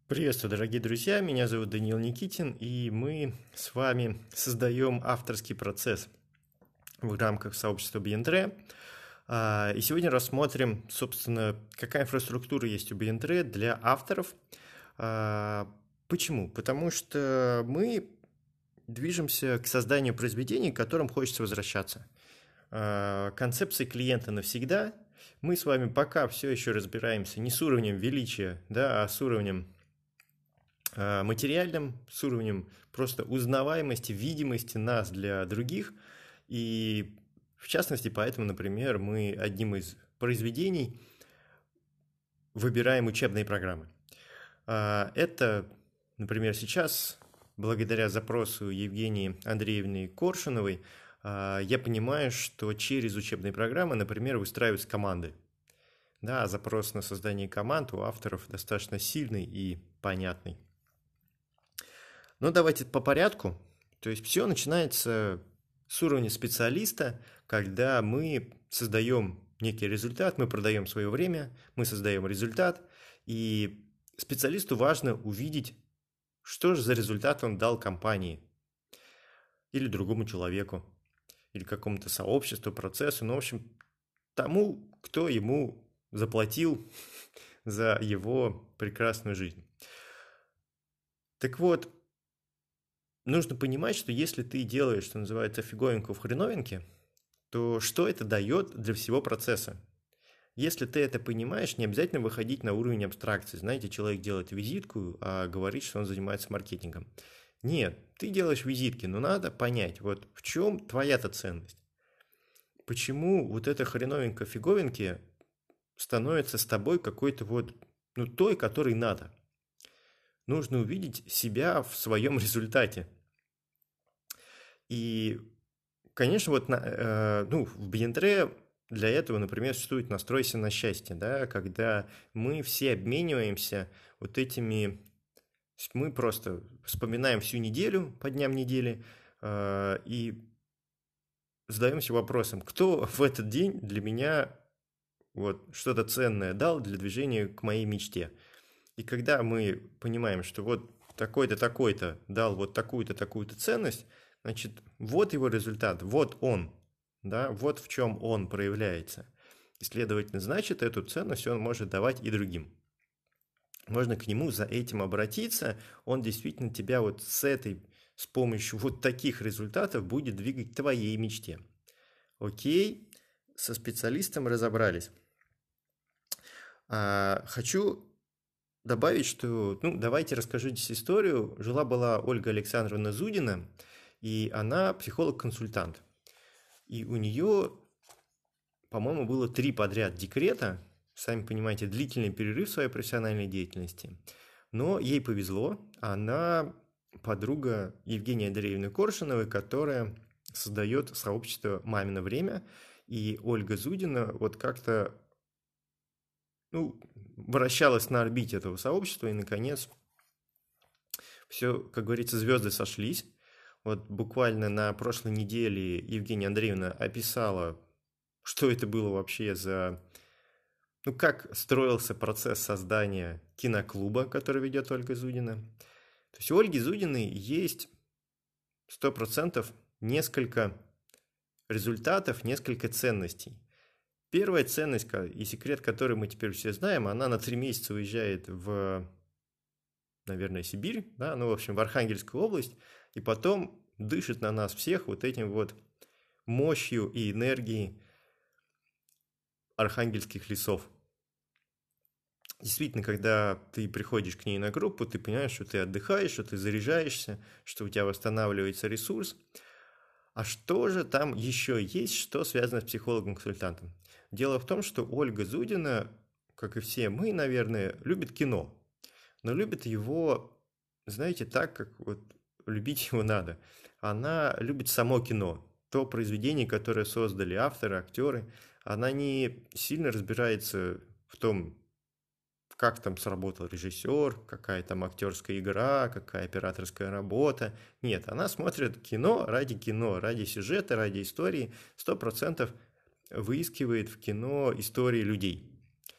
Приветствую, дорогие друзья, меня зовут Даниил Никитин, и мы с вами создаем авторский процесс в рамках сообщества Бьендре. И сегодня рассмотрим, собственно, какая инфраструктура есть у Бьендре для авторов. Почему? Потому что мы движемся к созданию произведений, к которым хочется возвращаться. Концепция клиента навсегда. Мы с вами пока все еще разбираемся не с уровнем величия, да, а с уровнем материальным, с уровнем просто узнаваемости, видимости нас для других. И в частности, поэтому, например, мы одним из произведений выбираем учебные программы. Это, например, сейчас, благодаря запросу Евгении Андреевны Коршуновой, я понимаю, что через учебные программы, например, выстраиваются команды. Да, запрос на создание команд у авторов достаточно сильный и понятный. Но давайте по порядку. То есть все начинается с уровня специалиста, когда мы создаем некий результат, мы продаем свое время, мы создаем результат, и специалисту важно увидеть, что же за результат он дал компании или другому человеку, или какому-то сообществу, процессу, ну, в общем, тому, кто ему заплатил за его прекрасную жизнь. Так вот, нужно понимать, что если ты делаешь, что называется, фиговинку в хреновинке, то что это дает для всего процесса? Если ты это понимаешь, не обязательно выходить на уровень абстракции. Знаете, человек делает визитку, а говорит, что он занимается маркетингом. Нет, ты делаешь визитки, но надо понять, вот в чем твоя-то ценность. Почему вот эта хреновинка фиговинки становится с тобой какой-то вот, ну, той, которой надо. Нужно увидеть себя в своем результате. И, конечно, вот в Бьендре для этого, например, существует «Настройся на счастье», да, когда мы все обмениваемся вот этими... Мы просто вспоминаем всю неделю по дням недели и задаемся вопросом, кто в этот день для меня вот что-то ценное дал для движения к моей мечте. И когда мы понимаем, что вот такой-то, такой-то дал вот такую-то, такую-то ценность, значит, вот его результат, вот он, да, вот в чем он проявляется. И, следовательно, значит, эту ценность он может давать и другим. Можно к нему за этим обратиться, он действительно тебя вот с помощью вот таких результатов будет двигать к твоей мечте. Окей, со специалистом разобрались. Хочу добавить, что, давайте расскажу здесь историю. Жила-была Ольга Александровна Зудина, и она психолог-консультант. И у нее, по-моему, было 3 подряд декрета, сами понимаете, длительный перерыв в своей профессиональной деятельности. Но ей повезло, она подруга Евгении Андреевны Коршуновой, которая создает сообщество «Мамино время», и Ольга Зудина вот как-то вращалась на орбите этого сообщества, и, наконец, все, как говорится, звезды сошлись. Вот буквально на прошлой неделе Евгения Андреевна описала, что это было вообще за... как строился процесс создания киноклуба, который ведет Ольга Зудина. То есть у Ольги Зудиной есть 100% несколько результатов, несколько ценностей. Первая ценность и секрет, который мы теперь все знаем, она на 3 месяца уезжает в, наверное, Сибирь, да, в общем, в Архангельскую область, и потом дышит на нас всех вот этим вот мощью и энергией архангельских лесов. Действительно, когда ты приходишь к ней на группу, ты понимаешь, что ты отдыхаешь, что ты заряжаешься, что у тебя восстанавливается ресурс. А что же там еще есть, что связано с психологом-консультантом? Дело в том, что Ольга Зудина, как и все мы, наверное, любит кино. Но любит его, знаете, так, как вот любить его надо. Она любит само кино, то произведение, которое создали авторы, актеры. Она не сильно разбирается в том, как там сработал режиссер, какая там актерская игра, какая операторская работа. Нет, она смотрит кино, ради сюжета, ради истории, 100% выискивает в кино истории людей.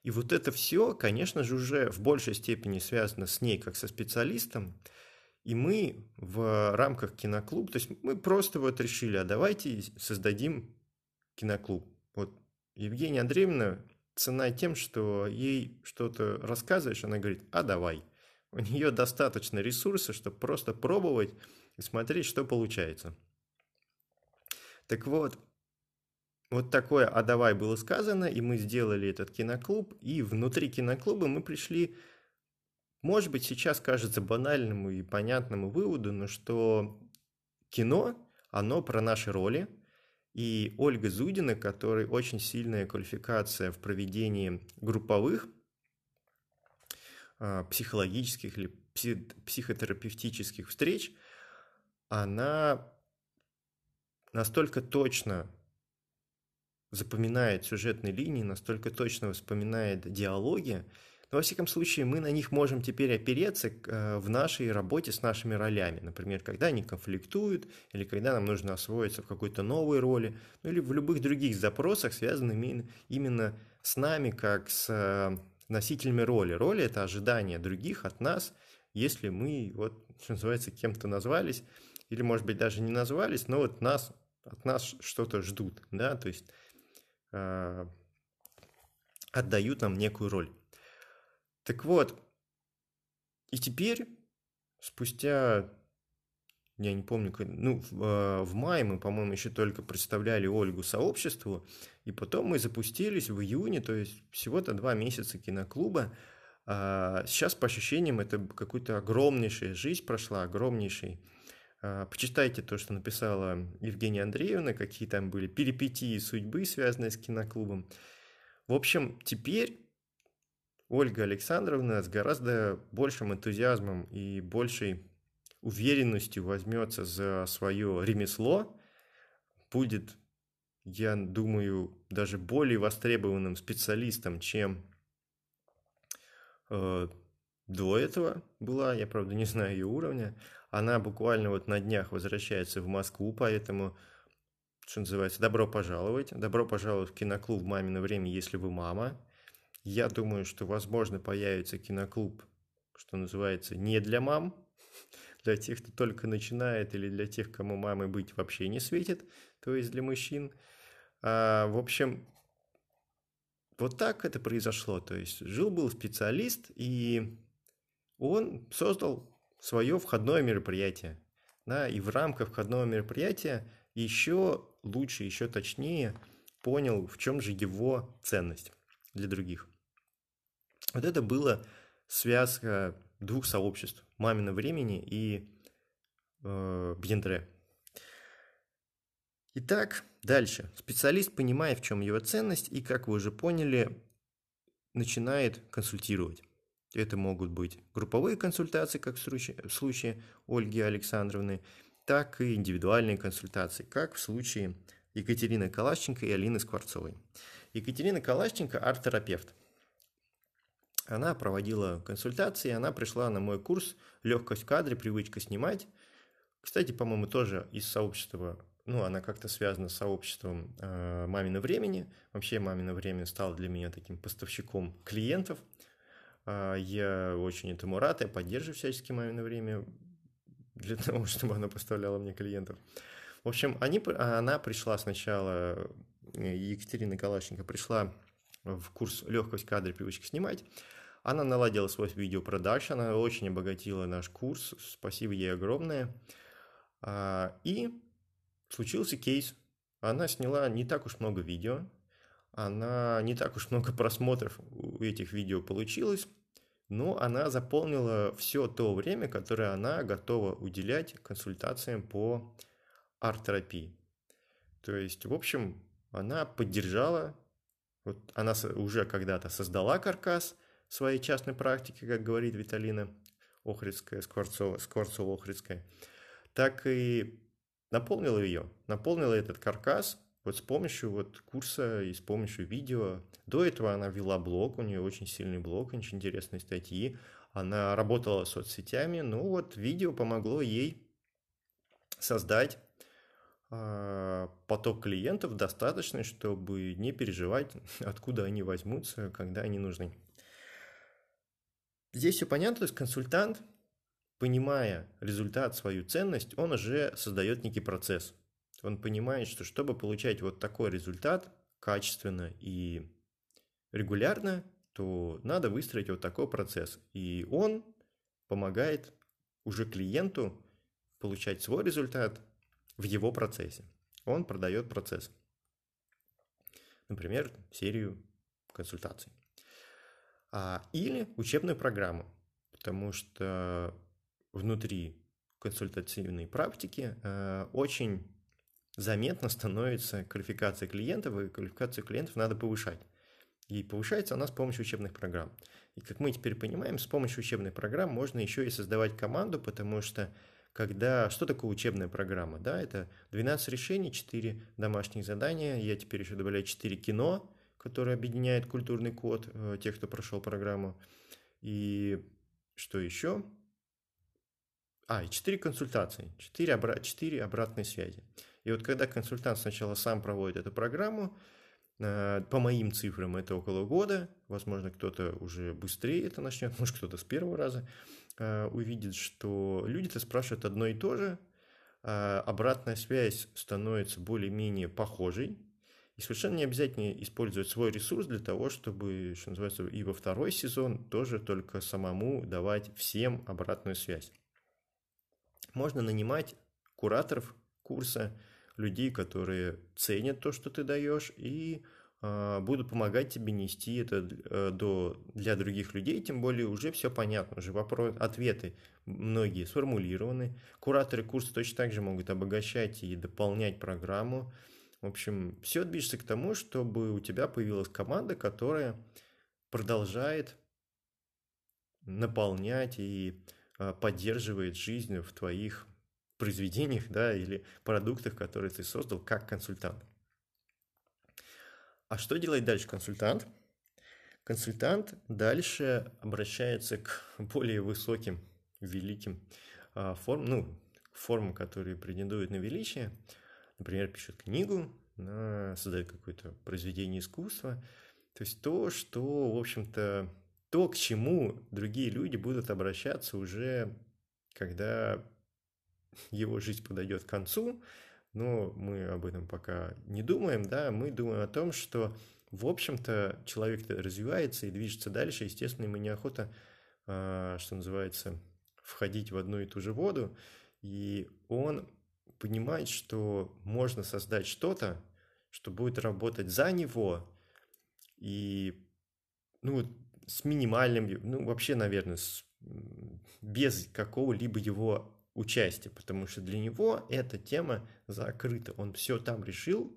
И вот это все, конечно же, уже в большей степени связано с ней, как со специалистом. И мы в рамках киноклуба, то есть мы просто вот решили, а давайте создадим киноклуб. Вот Евгения Андреевна цена тем, что ей что-то рассказываешь, она говорит, а давай. У нее достаточно ресурсов, чтобы просто пробовать и смотреть, что получается. Так вот, вот такое «а давай» было сказано, и мы сделали этот киноклуб, и внутри киноклуба мы пришли, может быть, сейчас кажется банальному и понятному выводу, но что кино, оно про наши роли, и Ольга Зудина, которой очень сильная квалификация в проведении групповых, психологических или психотерапевтических встреч, она настолько точно запоминает сюжетные линии, настолько точно вспоминает диалоги. Но, во всяком случае, мы на них можем теперь опереться в нашей работе с нашими ролями. Например, когда они конфликтуют, или когда нам нужно освоиться в какой-то новой роли, ну или в любых других запросах, связанных именно с нами, как с носителями роли. Роли – это ожидание других от нас, если мы, вот, что называется, кем-то назвались, или, может быть, даже не назвались, но вот от нас что-то ждут, да, то есть отдают нам некую роль. Так вот, и теперь, спустя, я не помню, ну, в мае мы, по-моему, еще только представляли Ольгу сообществу, и потом мы запустились в июне, то есть всего-то 2 месяца киноклуба. Сейчас, по ощущениям, это какая-то огромнейшая жизнь прошла, огромнейший. Почитайте то, что написала Евгения Андреевна, какие там были перипетии судьбы, связанные с киноклубом. В общем, теперь Ольга Александровна с гораздо большим энтузиазмом и большей уверенностью возьмется за свое ремесло, будет, я думаю, даже более востребованным специалистом, чем до этого была. Я, правда, не знаю ее уровня. Она буквально вот на днях возвращается в Москву, поэтому, что называется, добро пожаловать. Добро пожаловать в киноклуб «Мамино время», если вы мама. Я думаю, что, возможно, появится киноклуб, что называется, не для мам, для тех, кто только начинает, или для тех, кому мамы быть вообще не светит, то есть для мужчин. В общем, вот так это произошло. То есть жил-был специалист, и он создал свое входное мероприятие. Да, и в рамках входного мероприятия еще лучше, еще точнее понял, в чем же его ценность для других. Вот это была связка двух сообществ – «Мамино времени» и Бьендре. Итак, дальше. Специалист понимает, в чем его ценность, и, как вы уже поняли, начинает консультировать. Это могут быть групповые консультации, как в случае Ольги Александровны, так и индивидуальные консультации, как в случае Екатерины Калашченко и Алины Скворцовой. Екатерина Калашченко – арт-терапевт. Она проводила консультации, она пришла на мой курс «Легкость в кадре. Привычка снимать». Кстати, по-моему, тоже из сообщества, ну, она как-то связана с сообществом «Мамино времени». Вообще, «Мамино время» стало для меня таким поставщиком клиентов. Я очень этому рад, я поддерживаю всячески «Мамино время» для того, чтобы она поставляла мне клиентов. В общем, она пришла сначала, Екатерина Калашченко пришла в курс «Легкость в кадре. Привычка снимать». Она наладила свой видеопродакшн, она очень обогатила наш курс, спасибо ей огромное. И случился кейс. Она сняла не так уж много видео, не так уж много просмотров у этих видео получилось, но она заполнила все то время, которое она готова уделять консультациям по арт-терапии. То есть, в общем, она поддержала, вот она уже когда-то создала каркас своей частной практики, как говорит Виталина Охридская, Скворцова-Охридская, так и наполнила этот каркас вот с помощью вот курса и с помощью видео. До этого она вела блог, у нее очень сильный блог, очень интересные статьи. Она работала с соцсетями, ну вот видео помогло ей создать поток клиентов достаточный, чтобы не переживать, откуда они возьмутся, когда они нужны. Здесь все понятно, то есть консультант, понимая результат, свою ценность, он уже создает некий процесс. Он понимает, что чтобы получать вот такой результат качественно и регулярно, то надо выстроить вот такой процесс. И он помогает уже клиенту получать свой результат в его процессе. Он продает процесс. Например, серию консультаций. Или учебную программу, потому что внутри консультативной практики очень заметно становится квалификация клиентов, и квалификацию клиентов надо повышать. И повышается она с помощью учебных программ. И как мы теперь понимаем, с помощью учебных программ можно еще и создавать команду, потому что что такое учебная программа? Да, это 12 решений, 4 домашних задания, я теперь еще добавляю 4 кино, которое объединяет культурный код тех, кто прошел программу. И что еще? И 4 консультации, 4 обратной связи. И вот когда консультант сначала сам проводит эту программу, по моим цифрам это около года, возможно, кто-то уже быстрее это начнет, может, кто-то с первого раза увидит, что люди-то спрашивают одно и то же, обратная связь становится более-менее похожей, и совершенно не обязательно использовать свой ресурс для того, чтобы, что называется, и во второй сезон тоже только самому давать всем обратную связь. Можно нанимать кураторов курса, людей, которые ценят то, что ты даешь, и будут помогать тебе нести это для других людей, тем более уже все понятно, уже ответы многие сформулированы. Кураторы курса точно так же могут обогащать и дополнять программу. В общем, все движется к тому, чтобы у тебя появилась команда, которая продолжает наполнять и поддерживает жизнь в твоих произведениях, да, или продуктах, которые ты создал как консультант. А что делает дальше консультант? Консультант дальше обращается к более высоким, великим формам, которые претендуют на величие. Например, пишет книгу, создает какое-то произведение искусства. То есть то, что, в общем-то, то, к чему другие люди будут обращаться уже, когда его жизнь подойдет к концу, но мы об этом пока не думаем, да, мы думаем о том, что, в общем-то, человек развивается и движется дальше, естественно, ему неохота, что называется, входить в одну и ту же воду, и он понимает, что можно создать что-то, что будет работать за него, и, с минимальным, вообще, наверное, без какого-либо его участия, потому что для него эта тема закрыта. Он все там решил,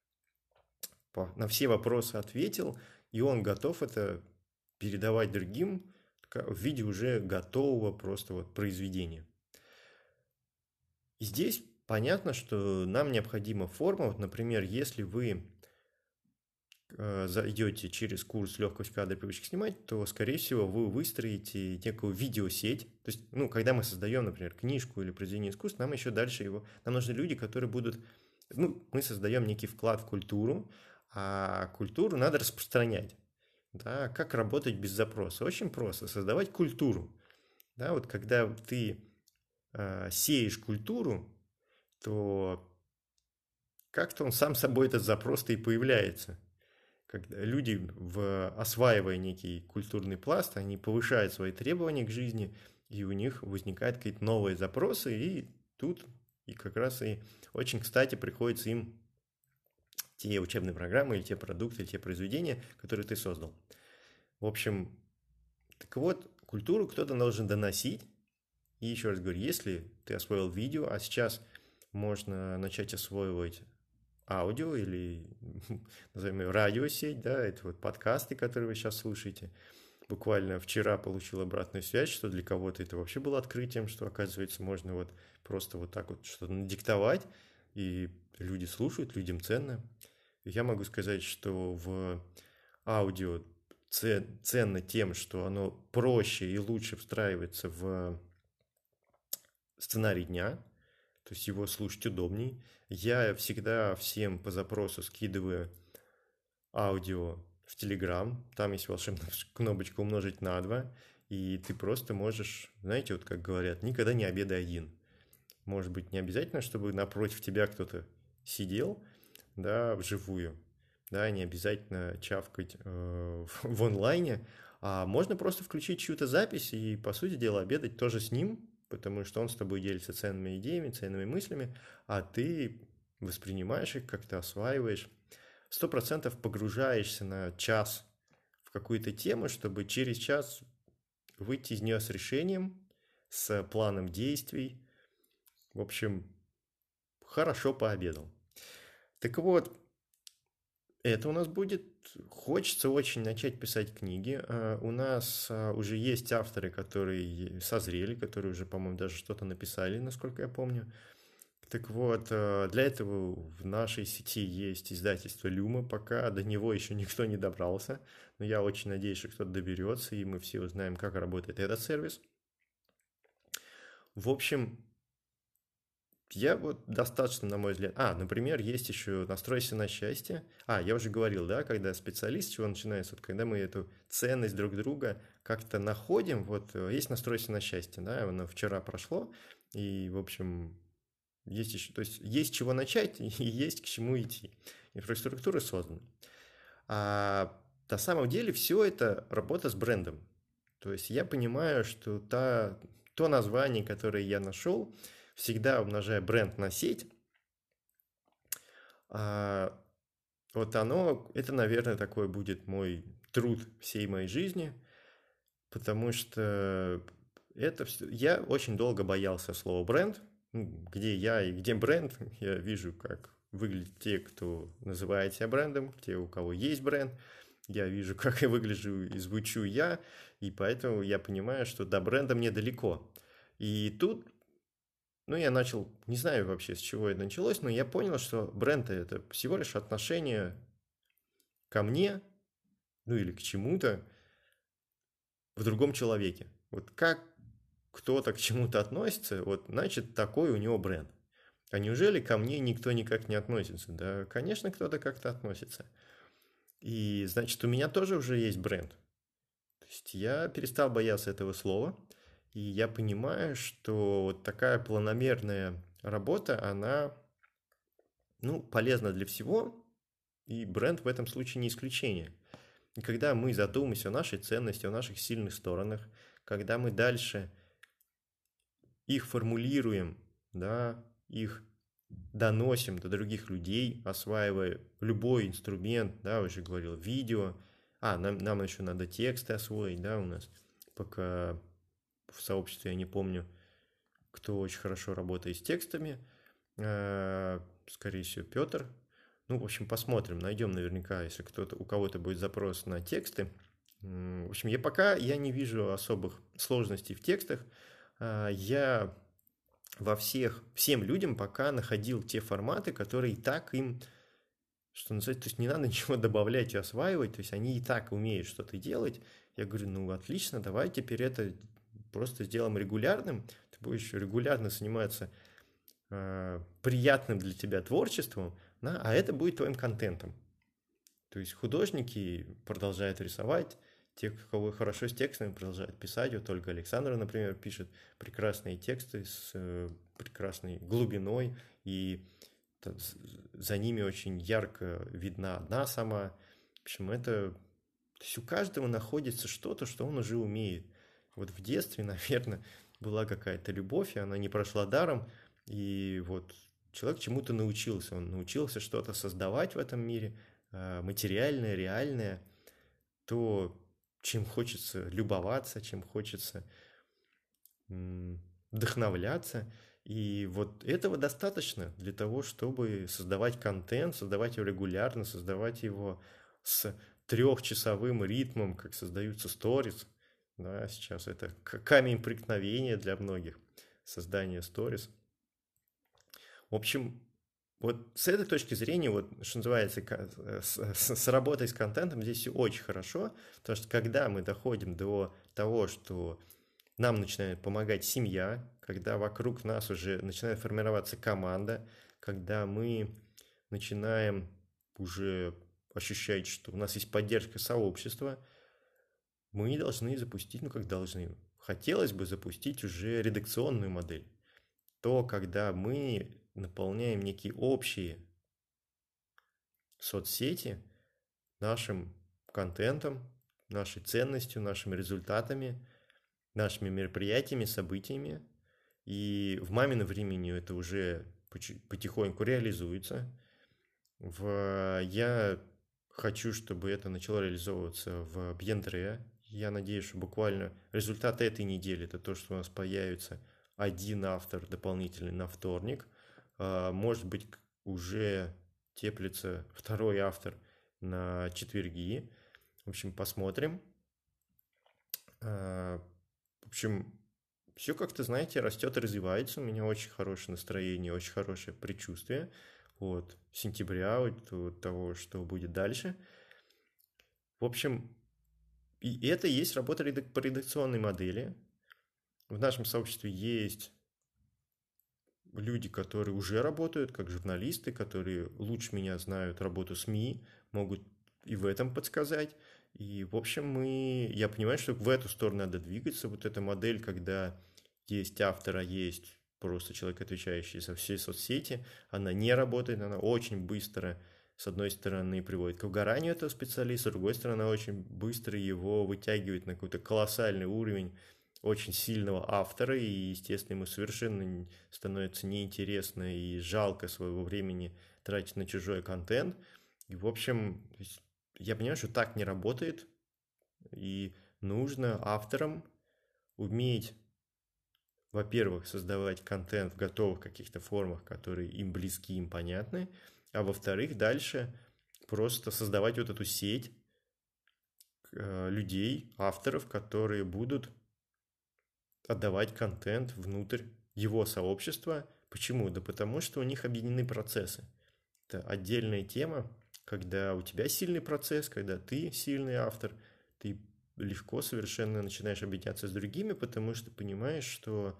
на все вопросы ответил, и он готов это передавать другим в виде уже готового просто вот произведения. И здесь понятно, что нам необходима форма. Вот, например, если вы зайдете через курс «Легкость кадра, привычки снимать», то, скорее всего, вы выстроите некую видеосеть. То есть, когда мы создаем, например, книжку или произведение искусства, нам еще дальше нам нужны люди, которые будут... мы создаем некий вклад в культуру, а культуру надо распространять. Да, как работать без запроса? Очень просто. Создавать культуру. Да, вот когда ты сеешь культуру, то как-то он сам собой этот запрос-то и появляется. Когда люди, осваивая некий культурный пласт, они повышают свои требования к жизни, и у них возникают какие-то новые запросы, и тут и как раз и очень кстати приходится им те учебные программы, или те продукты, или те произведения, которые ты создал. В общем, так вот, культуру кто-то должен доносить. И еще раз говорю, если ты освоил видео, а сейчас можно начать освоивать аудио или, назовем ее, радиосеть, да, это вот подкасты, которые вы сейчас слушаете. Буквально вчера получил обратную связь, что для кого-то это вообще было открытием, что, оказывается, можно вот просто вот так вот что-то надиктовать, и люди слушают, людям ценно. Я могу сказать, что в аудио ценно тем, что оно проще и лучше встраивается в сценарий дня. то есть его слушать удобней. Я всегда всем по запросу скидываю аудио в Telegram, там есть волшебная кнопочка умножить на 2, и ты просто можешь, знаете, вот как говорят, никогда не обедай один. Может быть, не обязательно, чтобы напротив тебя кто-то сидел, да, вживую, да, не обязательно чавкать в онлайне, а можно просто включить чью-то запись и, по сути дела, обедать тоже с ним, потому что он с тобой делится ценными идеями, ценными мыслями, а ты воспринимаешь их, как-то осваиваешь. 100% погружаешься на час в какую-то тему, чтобы через час выйти из нее с решением, с планом действий. В общем, хорошо пообедал. Так вот, это у нас будет... Хочется очень начать писать книги. У нас уже есть авторы, которые созрели, которые уже, по-моему, даже что-то написали, насколько я помню. Так вот, для этого в нашей сети есть издательство Люма, пока до него еще никто не добрался, но я очень надеюсь, что кто-то доберется, и мы все узнаем, как работает этот сервис. В общем, я вот достаточно, на мой взгляд... например, есть еще «Настройся на счастье». Я уже говорил, да, когда специалист, с чего начинается, вот когда мы эту ценность друг друга как-то находим, вот есть «Настройся на счастье», да, оно вчера прошло, и, в общем... Есть еще, то есть есть чего начать и есть к чему идти. Инфраструктура создана. А на самом деле все это работа с брендом. То есть я понимаю, что то название, которое я нашел, всегда умножая бренд на сеть, вот это, наверное, такой будет мой труд всей моей жизни, потому что я очень долго боялся слова бренд. Где я и где бренд, я вижу, как выглядят те, кто называет себя брендом, те, у кого есть бренд. Я вижу, как я выгляжу и звучу я, и поэтому я понимаю, что до бренда мне далеко. И тут, я начал, не знаю вообще, с чего это началось, но я понял, что бренд – это всего лишь отношение ко мне, или к чему-то в другом человеке. Вот как кто-то к чему-то относится, вот значит, такой у него бренд. А неужели ко мне никто никак не относится? Да, конечно, кто-то как-то относится. И значит, у меня тоже уже есть бренд. То есть я перестал бояться этого слова, и я понимаю, что вот такая планомерная работа, она, полезна для всего, и бренд в этом случае не исключение. И когда мы задумаемся о нашей ценности, о наших сильных сторонах, когда мы дальше их формулируем, да, их доносим до других людей, осваивая любой инструмент, да, уже говорил, видео. Нам еще надо тексты освоить, да, у нас пока в сообществе, я не помню, кто очень хорошо работает с текстами, скорее всего, Петр. В общем, посмотрим, найдем наверняка, если у кого-то будет запрос на тексты. В общем, я не вижу особых сложностей в текстах. Я всем людям пока находил те форматы, которые и так им, что называется, то есть не надо ничего добавлять и осваивать, то есть они и так умеют что-то делать. Я говорю, отлично, давай теперь это просто сделаем регулярным, ты будешь регулярно заниматься приятным для тебя творчеством, да, а это будет твоим контентом. То есть художники продолжают рисовать, те, у кого хорошо с текстами, продолжают писать. Вот Ольга Александрова, например, пишет прекрасные тексты с прекрасной глубиной, и за ними очень ярко видна одна сама. В общем, то есть у каждого находится что-то, что он уже умеет. Вот в детстве, наверное, была какая-то любовь, и она не прошла даром, и вот человек чему-то научился. Он научился что-то создавать в этом мире, материальное, реальное, то, чем хочется любоваться, чем хочется вдохновляться. И вот этого достаточно для того, чтобы создавать контент, создавать его регулярно, создавать его с 3-часовым ритмом, как создаются сторис. Да, сейчас это камень преткновения для многих, создание сторис. В общем, вот с этой точки зрения, вот, что называется, с работой с контентом здесь все очень хорошо, потому что когда мы доходим до того, что нам начинает помогать семья, когда вокруг нас уже начинает формироваться команда, когда мы начинаем уже ощущать, что у нас есть поддержка сообщества, мы должны запустить, ну как должны, хотелось бы запустить уже редакционную модель. То, когда мы наполняем некие общие соцсети нашим контентом, нашей ценностью, нашими результатами, нашими мероприятиями, событиями. И в мамино времени это уже потихоньку реализуется. Я хочу, чтобы это начало реализовываться в Бьендре. Я надеюсь, что буквально результат этой недели – это то, что у нас появится один автор дополнительный на вторник. Может быть, уже теплится второй автор на четверги. В общем, посмотрим. В общем, все как-то, знаете, растет и развивается. У меня очень хорошее настроение, очень хорошее предчувствие от сентября, от того, что будет дальше. В общем, и это и есть работа по редакционной модели. В нашем сообществе есть люди, которые уже работают, как журналисты, которые лучше меня знают работу СМИ, могут и в этом подсказать. И, в общем, я понимаю, что в эту сторону надо двигаться. Вот эта модель, когда есть автор, а есть просто человек, отвечающий за все соцсети, она не работает, она очень быстро, с одной стороны, приводит к выгоранию этого специалиста, с другой стороны, она очень быстро его вытягивает на какой-то колоссальный уровень очень сильного автора, и, естественно, ему совершенно становится неинтересно и жалко своего времени тратить на чужой контент. И, в общем, я понимаю, что так не работает, и нужно авторам уметь, во-первых, создавать контент в готовых каких-то формах, которые им близки, им понятны, а во-вторых, дальше просто создавать вот эту сеть людей, авторов, которые будут отдавать контент внутрь его сообщества. Почему? Да потому что у них объединены процессы. Это отдельная тема, когда у тебя сильный процесс, когда ты сильный автор, ты легко совершенно начинаешь объединяться с другими, потому что понимаешь, что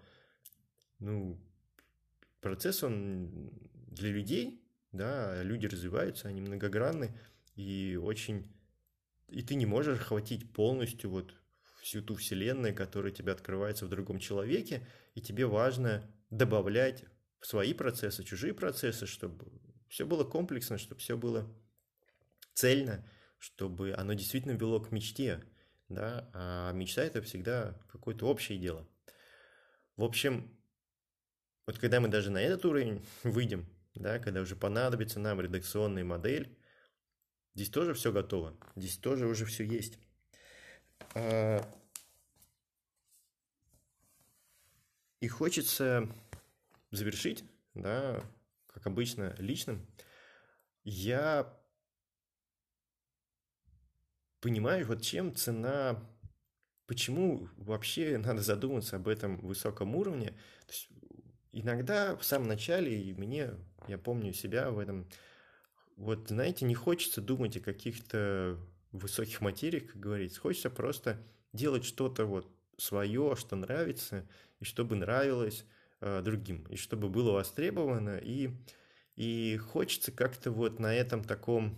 процесс он для людей, да, люди развиваются, они многогранны, и ты не можешь охватить полностью вот всю ту вселенную, которая тебе открывается в другом человеке, и тебе важно добавлять в свои процессы, чужие процессы, чтобы все было комплексно, чтобы все было цельно, чтобы оно действительно вело к мечте, да, а мечта – это всегда какое-то общее дело. В общем, вот когда мы даже на этот уровень выйдем, да, когда уже понадобится нам редакционная модель, здесь тоже все готово, здесь тоже уже все есть. И хочется завершить, да, как обычно, личным. Я понимаю, вот чем цена, почему вообще надо задуматься об этом высоком уровне. То есть иногда в самом начале, я помню себя в этом, вот знаете, не хочется думать о каких-то высоких материях, как говорится, хочется просто делать что-то вот свое, что нравится, и чтобы нравилось другим, и чтобы было востребовано, и хочется как-то вот на этом таком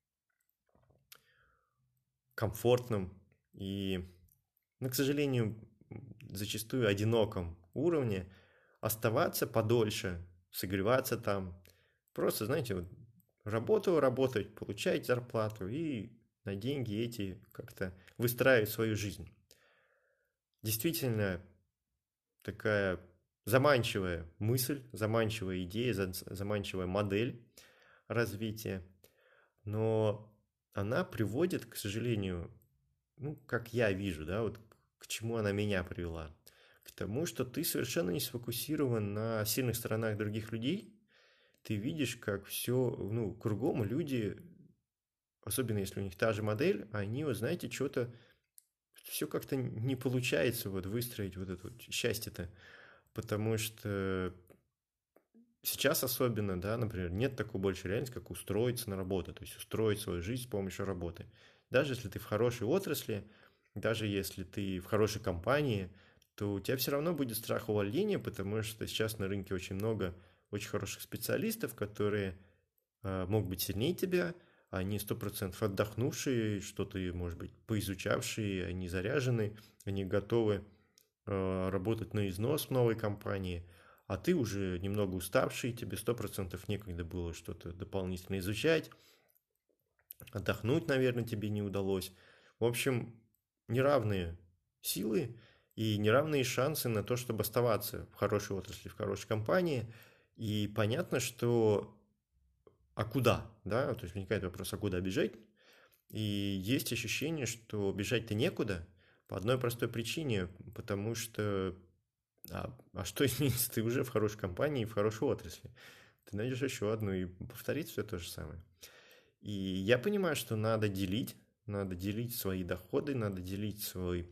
комфортном и, к сожалению, зачастую одиноком уровне оставаться подольше, согреваться там, просто, знаете, вот работать, получать зарплату и на деньги эти как-то выстраивать свою жизнь. Действительно, такая заманчивая мысль, заманчивая идея, заманчивая модель развития, но она приводит, к сожалению, как я вижу, да, вот к чему она меня привела. К тому, что ты совершенно не сфокусирован на сильных сторонах других людей, ты видишь, как все, кругом люди, особенно если у них та же модель, они, вот знаете, что-то, все как-то не получается вот выстроить вот это вот счастье-то, потому что сейчас особенно, да, например, нет такой больше реальности, как устроиться на работу, то есть устроить свою жизнь с помощью работы. Даже если ты в хорошей отрасли, даже если ты в хорошей компании, то у тебя все равно будет страх увольнения, потому что сейчас на рынке очень много очень хороших специалистов, которые могут быть сильнее тебя, они 100% отдохнувшие, что-то, может быть, поизучавшие, они заряжены, они готовы работать на износ в новой компании, а ты уже немного уставший, тебе 100% некогда было что-то дополнительно изучать, отдохнуть, наверное, тебе не удалось. В общем, неравные силы и неравные шансы на то, чтобы оставаться в хорошей отрасли, в хорошей компании. И понятно, что а куда, да, то есть возникает вопрос, а куда бежать? И есть ощущение, что бежать-то некуда по одной простой причине, потому что а что изменится? Ты уже в хорошей компании, в хорошей отрасли. Ты найдешь еще одну и повторится все то же самое. И я понимаю, что надо делить свои доходы, надо делить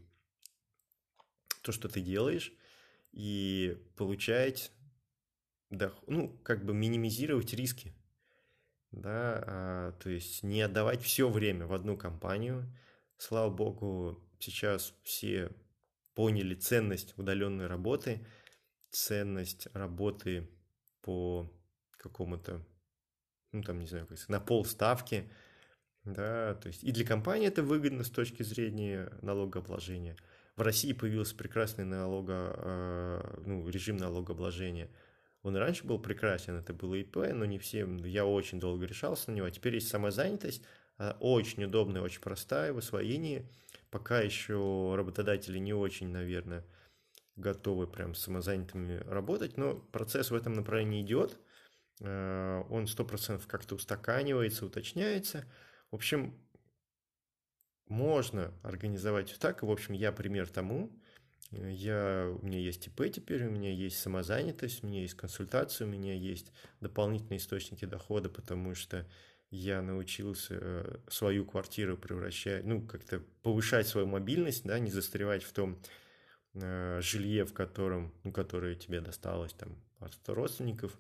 то, что ты делаешь, и получать, ну, как бы минимизировать риски, да, то есть не отдавать все время в одну компанию. Слава богу, сейчас все поняли ценность удаленной работы, ценность работы по какому-то, ну там, не знаю, как сказать, на полставки, да, то есть и для компании это выгодно с точки зрения налогообложения. В России появился прекрасный режим налогообложения. Он и раньше был прекрасен, это было ИП, но не всем, я очень долго решался на него. А теперь есть самозанятость, очень удобная, очень простая в освоении. Пока еще работодатели не очень, наверное, готовы прям с самозанятыми работать, но процесс в этом направлении идет. Он 100% как-то устаканивается, уточняется. В общем, можно организовать все так. И, в общем, я пример тому. У меня есть ИП теперь, у меня есть самозанятость, у меня есть консультация, у меня есть дополнительные источники дохода, потому что я научился свою квартиру превращать, ну, как-то повышать свою мобильность, да, не застревать в том жилье, в котором, ну, которое тебе досталось там от родственников.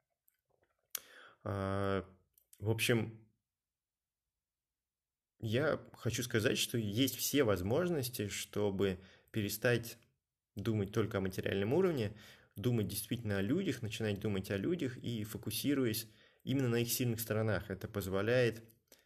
В общем, я хочу сказать, что есть все возможности, чтобы перестать думать только о материальном уровне, думать действительно о людях, начинать думать о людях и фокусируясь именно на их сильных сторонах. Это позволяет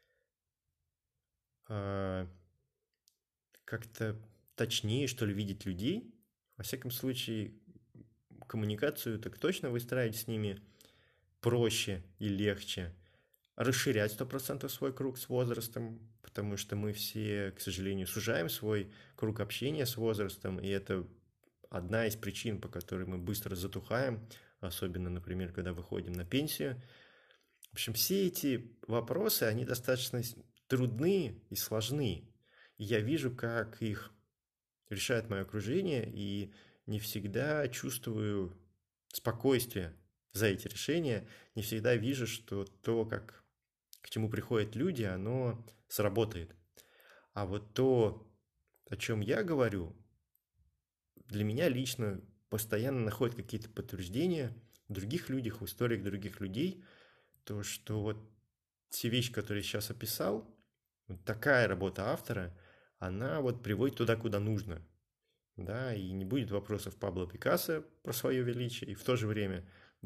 как-то точнее, что ли, видеть людей. Во всяком случае, коммуникацию так точно выстраивать с ними проще и легче. Расширять 100% свой круг с возрастом, потому что мы все, к сожалению, сужаем свой круг общения с возрастом, и это одна из причин, по которой мы быстро затухаем, особенно, например, когда выходим на пенсию. В общем, все эти вопросы, они достаточно трудны и сложны. И я вижу, как их решает мое окружение, и не всегда чувствую спокойствие за эти решения, не всегда вижу, что то, к чему приходят люди, оно сработает. А вот то, о чем я говорю, для меня лично постоянно находят какие-то подтверждения в других людях, в историях других людей, то, что вот те вещи, которые я сейчас описал, вот такая работа автора, она вот приводит туда, куда нужно. Да, и не будет вопросов Пабло Пикассо про свое величие, и в то же время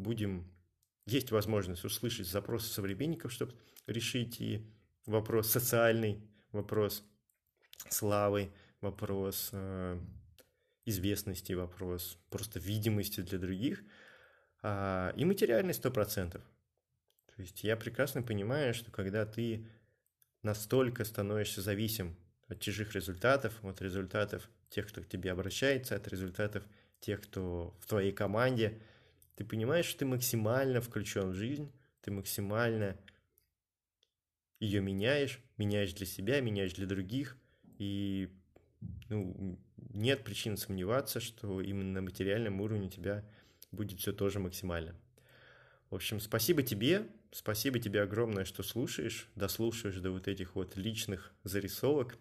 есть возможность услышать запросы современников, чтобы решить и вопрос социальный, вопрос славы, вопрос известности, вопрос просто видимости для других, и материальный 100%. То есть я прекрасно понимаю, что когда ты настолько становишься зависим от чужих результатов, от результатов тех, кто к тебе обращается, от результатов тех, кто в твоей команде, ты понимаешь, что ты максимально включен в жизнь, ты максимально ее меняешь для себя, меняешь для других, и нет причин сомневаться, что именно на материальном уровне у тебя будет все тоже максимально. В общем, спасибо тебе огромное, что слушаешь, дослушаешь до вот этих вот личных зарисовок.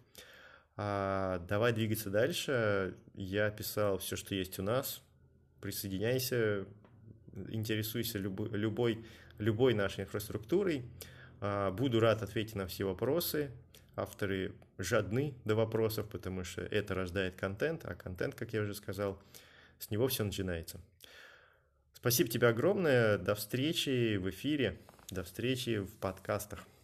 Давай двигаться дальше. Я писал все, что есть у нас. Присоединяйся, интересуйся любой нашей инфраструктурой. Буду рад ответить на все вопросы. авторы жадны до вопросов, потому что это рождает контент, а контент, как я уже сказал, с него все начинается. Спасибо тебе огромное, до встречи в эфире, до встречи в подкастах.